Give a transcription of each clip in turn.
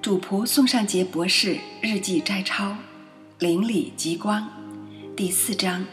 主仆宋尚杰博士日记摘抄，邻里极光，第4章。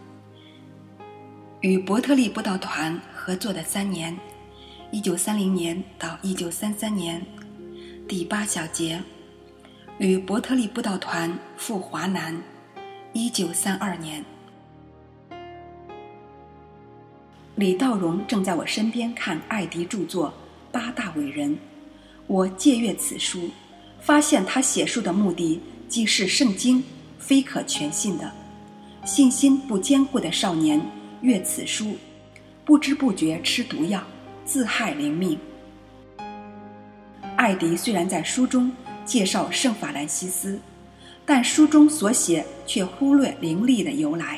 与伯特利布道团合作的3年，1930年到1933年。第8小节，与伯特利布道团赴华南，1932年。李道荣正在我身边看艾迪著作《八大伟人》，我借阅此书，发现他写书的目的既是圣经，非可全信的。信心不坚固的少年阅此书，不知不觉吃毒药，自害灵命。艾迪虽然在书中介绍圣法兰西斯，但书中所写却忽略灵力的由来。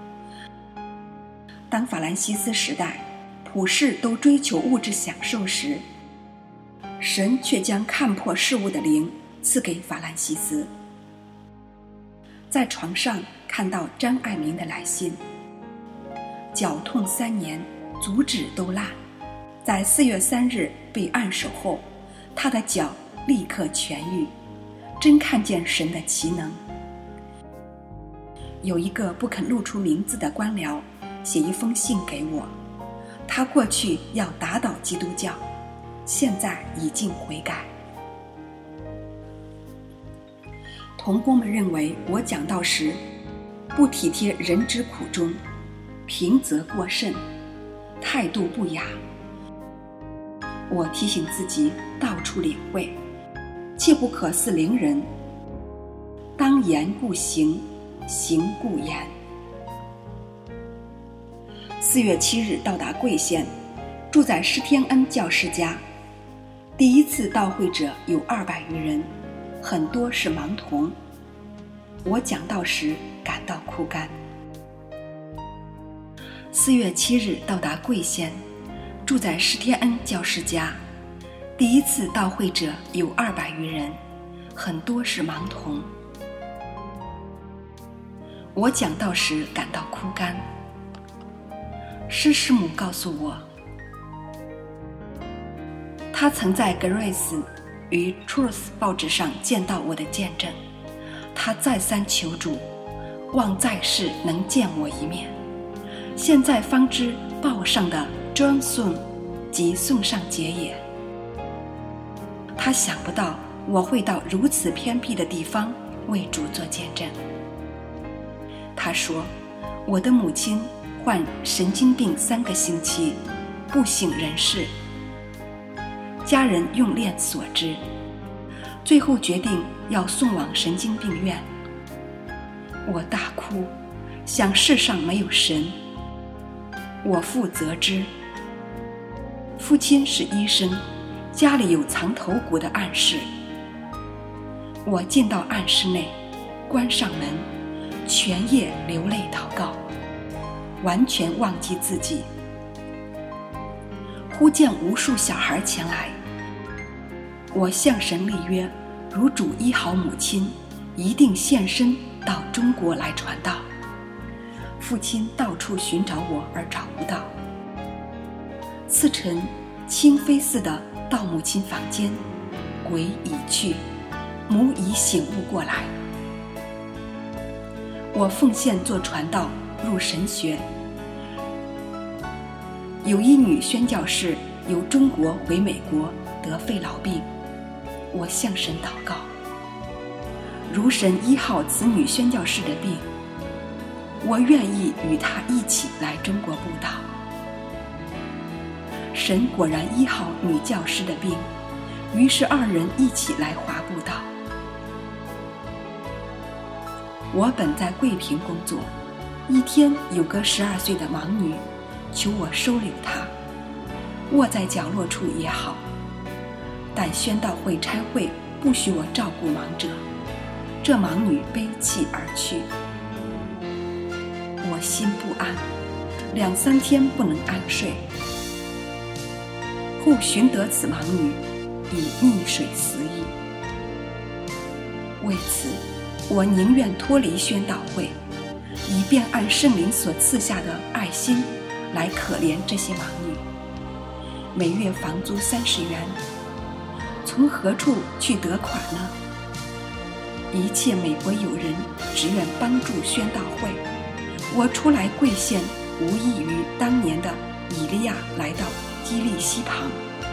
当法兰西斯时代普世都追求物质享受时，神却将看破事物的灵赐给法兰西斯。在床上看到张爱民的来信，脚痛3年，足趾都烂，在4月3日被按手后，他的脚立刻痊愈，真看见神的奇能。有一个不肯露出名字的官僚写一封信给我，他过去要打倒基督教，现在已经悔改。同工们认为我讲道时不体贴人之苦衷，平则过甚，态度不雅。我提醒自己到处领会，切不可似邻人，当言故行，行故言。4月7日到达贵县，住在施天恩教士家。第一次到会者有200余人，很多是盲童。我讲道时感到枯干。4月7日到达贵县，住在施天恩教士家。第一次到会者有200余人，很多是盲童。我讲道时感到枯干。施师母告诉我，他曾在 Grace 与 Truth 报纸上见到我的见证，他再三求主，望在世能见我一面。现在方知报上的 John Soon 即宋尚杰也。他想不到我会到如此偏僻的地方为主做见证。他说，我的母亲患神经病3个星期，不省人事，家人用链锁之，最后决定要送往神经病院。我大哭，想世上没有神。我父责之，父亲是医生，家里有藏头骨的暗室。我进到暗室内，关上门，全夜流泪祷告，完全忘记自己。忽见无数小孩前来，我向神立约，如主医好母亲，一定现身到中国来传道。父亲到处寻找我而找不到。次晨轻飞似的到母亲房间，鬼已去，母已醒悟过来。我奉献做传道，入神学。有一女宣教士由中国回美国得肺痨病，我向神祷告，如神医好此女宣教士的病，我愿意与她一起来中国布道。神果然医好女教师的病，于是2人一起来华布道。我本在桂平工作，一天有个12岁的盲女求我收留她，卧在角落处也好，但宣道会差会不许我照顾盲者，这盲女悲泣而去。我心不安，2、3天不能安睡。后寻得此盲女，已溺水死矣。为此，我宁愿脱离宣道会，以便按圣灵所赐下的爱心来可怜这些盲女。每月房租30元， 从何处去得款呢？一切美国友人只愿帮助宣道会，我出来跪献，无异于当年的以利亚来到基利溪旁。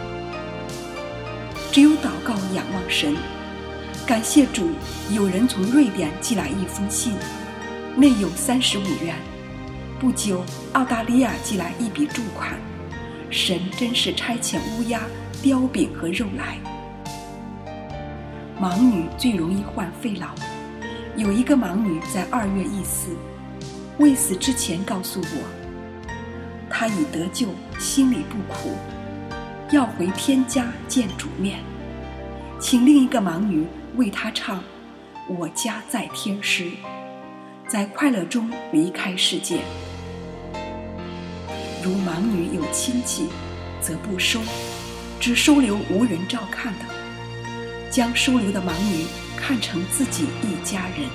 只有祷告仰望神。感谢主，有人从瑞典寄来一封信，内有35元。不久，澳大利亚寄来一笔注款。神真是差遣乌鸦、雕饼和肉来。盲女最容易患肺痨，有一个盲女在2月一死，未死之前告诉我，她已得救，心里不苦，要回天家见主面，请另一个盲女为她唱《我家在天师》，在快乐中离开世界。如盲女有亲戚，则不收，只收留无人照看的，将收留的盲女看成自己一家人。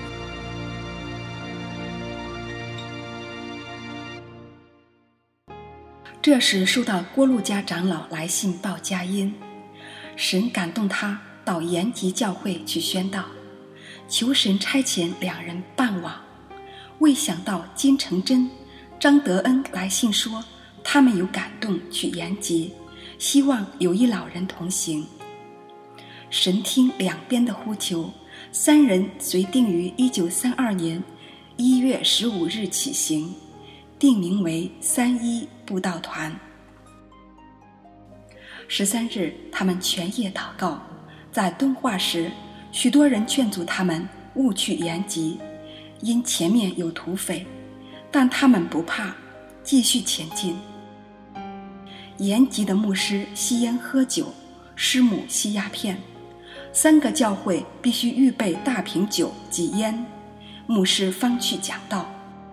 这时收到郭路家长老来信报佳音，神感动他到延吉教会去宣道，求神差遣2人伴往。未想到金成真、张德恩来信说，他们有感动去延吉，希望有一老人同行。神听两边的呼求，3人遂定于1932年1月15日起行，定名为31布道团。13日，他们全夜祷告，在敦化时，许多人劝阻他们勿去延吉，因前面有土匪，但他们不怕，继续前进。延吉的牧师吸烟喝酒，师母吸鸦片，3个教会必须预备大瓶酒及烟，牧师方去讲道。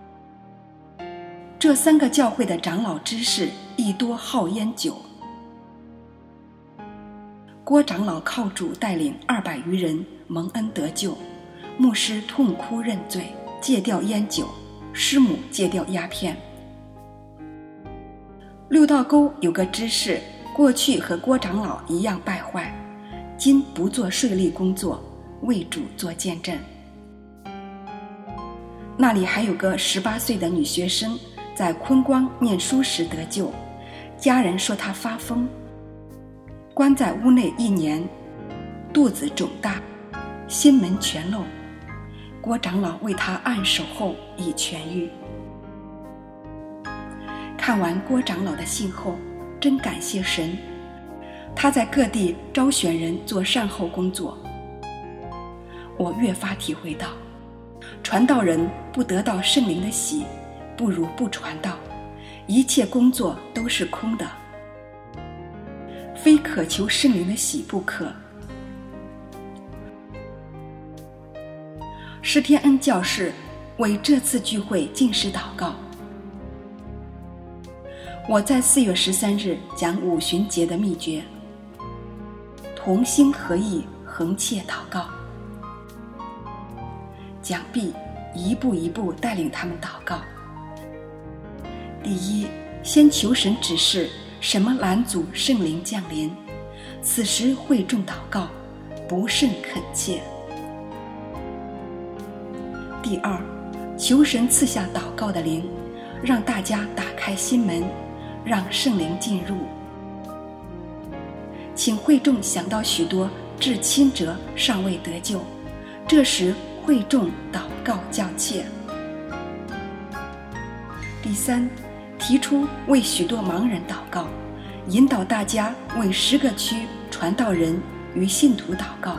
这3个教会的长老知识亦多好烟酒。郭长老靠主带领200余人蒙恩得救，牧师痛哭认罪，戒掉烟酒，师母戒掉鸦片。六道沟有个知识，过去和郭长老一样败坏，今不做税吏工作，为主做见证。那里还有个18岁的女学生，在昆光念书时得救，家人说她发疯，关在屋内1年，肚子肿大，心门全漏，郭长老为她按手后已痊愈。看完郭长老的信后，真感谢神，他在各地招选人做善后工作。我越发体会到，传道人不得到圣灵的喜，不如不传道，一切工作都是空的，非渴求圣灵的喜不可。施天恩教士为这次聚会禁食祷告。我在4月13日讲五旬节的秘诀，同心合意，恒切祷告。讲毕，一步一步带领他们祷告。第一，先求神指示什么拦阻圣灵降临，此时会众祷告，不甚恳切。第二，求神赐下祷告的灵，让大家打开心门，让圣灵进入。请会众想到许多至亲者尚未得救，这时会众祷告叫切。第三，提出为许多盲人祷告，引导大家为10个区传道人与信徒祷告。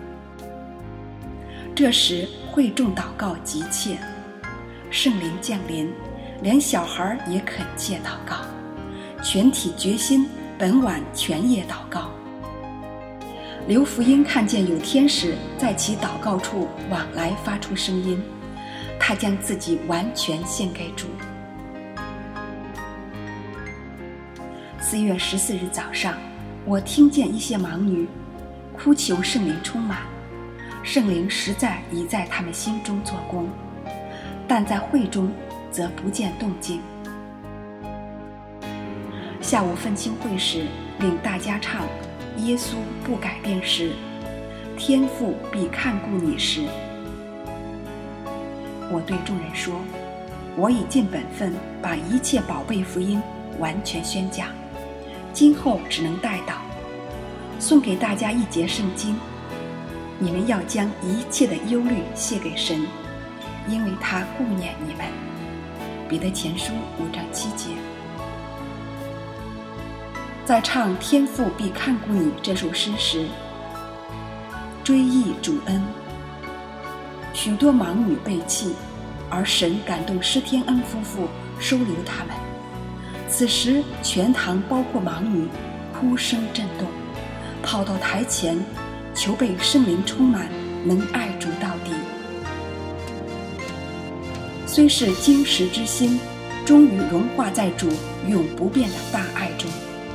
这时会众祷告急切，圣灵降临，连小孩也恳切祷告，全体决心本晚全夜祷告。刘福音看见有天使在其祷告处往来发出声音，他将自己完全献给主。4月14日早上，我听见一些盲女哭求圣灵充满，圣灵实在已在他们心中做工，但在会中则不见动静。下午奋青会时，领大家唱耶稣不改变时，天父必看顾你时，我对众人说，我已尽本分，把一切宝贝福音完全宣讲，今后只能代祷，送给大家一节圣经，你们要将一切的忧虑卸给神，因为他顾念你们。彼得前书5章7节。在唱天父必看顾你这首诗时，追忆主恩，许多盲女被弃，而神感动施天恩夫妇收留他们。此时全堂包括盲女哭声震动，跑到台前求被圣灵充满，能爱主到底。虽是金石之心，终于融化在主永不变的大爱中。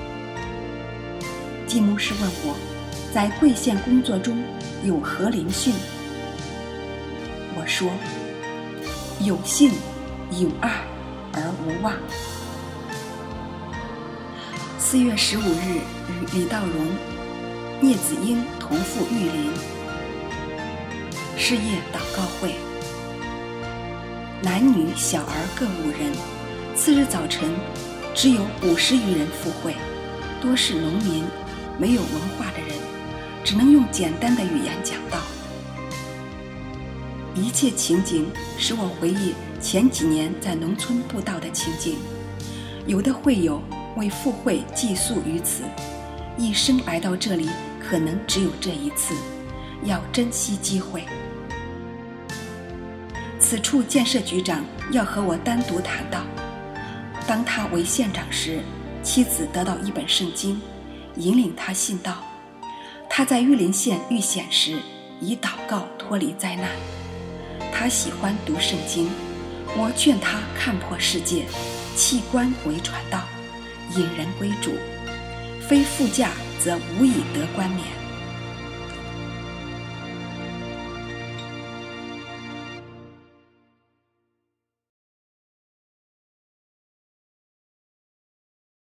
季牧师问我，在贵县工作中有何灵训？我说，有信有爱而无妄。4月15日与李道荣、聂子英同赴玉林事业祷告会，男女小儿各5人。次日早晨只有50余人赴会，多是农民，没有文化的人，只能用简单的语言讲道。一切情景使我回忆前几年在农村布道的情景。有的会友为赴会寄宿于此，一生来到这里可能只有这一次，要珍惜机会。此处建设局长要和我单独谈到，当他为县长时，妻子得到一本圣经，引领他信道。他在玉林县遇险时，以祷告脱离灾难。他喜欢读圣经，我劝他看破世界，弃官为传道，引人归主，非副驾则无以得冠冕。